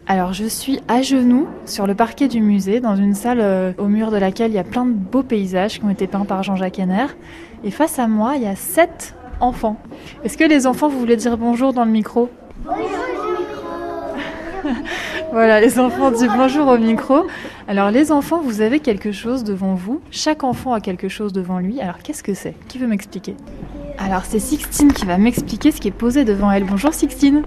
Alors je suis à genoux sur le parquet du musée, dans une salle au mur de laquelle il y a plein de beaux paysages qui ont été peints par Jean-Jacques Henner. Et face à moi, il y a 7 enfants. Est-ce que les enfants, vous voulez dire bonjour dans le micro ? Voilà, les enfants disent bonjour au micro. Alors les enfants, vous avez quelque chose devant vous. Chaque enfant a quelque chose devant lui. Alors qu'est-ce que c'est ? Qui veut m'expliquer ? Alors c'est Sixtine qui va m'expliquer ce qui est posé devant elle. Bonjour Sixtine.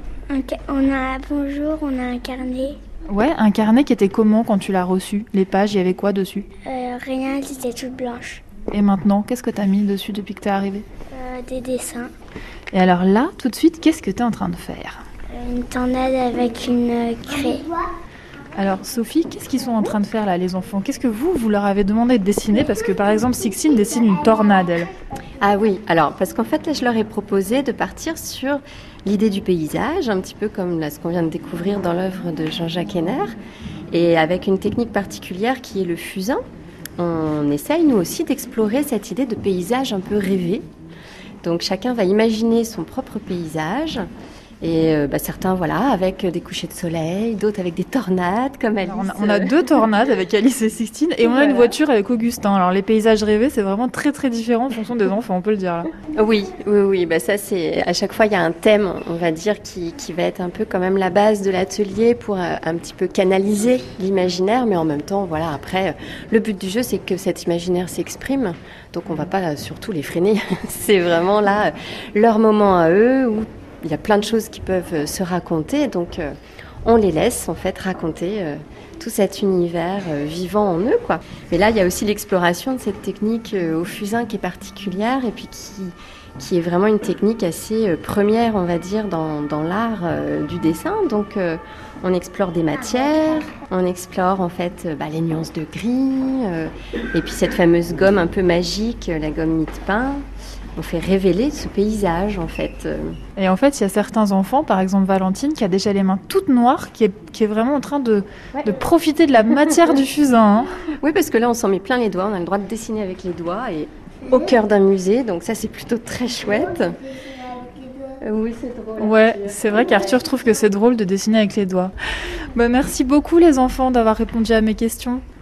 Bonjour, on a un carnet. Ouais, un carnet qui était comment quand tu l'as reçu ? Les pages, il y avait quoi dessus ? Rien, c'était toute blanche. Et maintenant, qu'est-ce que tu as mis dessus depuis que tu es arrivée ? Des dessins. Et alors là, tout de suite, qu'est-ce que tu es en train de faire ? Une tornade avec une craie. Alors Sophie, qu'est-ce qu'ils sont en train de faire là, les enfants ? Qu'est-ce que vous leur avez demandé de dessiner ? Parce que par exemple, Sixtine dessine une tornade, elle. Ah oui, alors parce qu'en fait là je leur ai proposé de partir sur l'idée du paysage, un petit peu comme là, ce qu'on vient de découvrir dans l'œuvre de Jean-Jacques Henner, et avec une technique particulière qui est le fusain. On essaye nous aussi d'explorer cette idée de paysage un peu rêvé. Donc chacun va imaginer son propre paysage. Et certains, voilà, avec des couchers de soleil, d'autres avec des tornades, comme Alice. On a 2 tornades avec Alice et Sixtine, et on a une voiture avec Augustin. Alors les paysages rêvés, c'est vraiment très très différent en fonction des enfants, on peut le dire là. Oui, ça c'est, à chaque fois il y a un thème, on va dire, qui va être un peu quand même la base de l'atelier pour un petit peu canaliser l'imaginaire, mais en même temps, voilà, après, le but du jeu c'est que cet imaginaire s'exprime, donc on va pas surtout les freiner. C'est vraiment là, leur moment à eux, où il y a plein de choses qui peuvent se raconter, donc on les laisse en fait raconter tout cet univers vivant en eux, quoi. Mais là, il y a aussi l'exploration de cette technique au fusain qui est particulière et puis qui est vraiment une technique assez première, on va dire, dans l'art du dessin. Donc on explore des matières, on explore en fait les nuances de gris, et puis cette fameuse gomme un peu magique, la gomme nid de pin. On fait révéler ce paysage, en fait. Et en fait, il y a certains enfants, par exemple Valentine, qui a déjà les mains toutes noires, qui est vraiment en train de profiter de la matière du fusain. Hein. Oui, parce que là, on s'en met plein les doigts. On a le droit de dessiner avec les doigts et au cœur d'un musée. Donc ça, c'est plutôt très chouette. Oui, c'est drôle. Ouais, c'est vrai qu'Arthur trouve que c'est drôle de dessiner avec les doigts. Merci beaucoup, les enfants, d'avoir répondu à mes questions.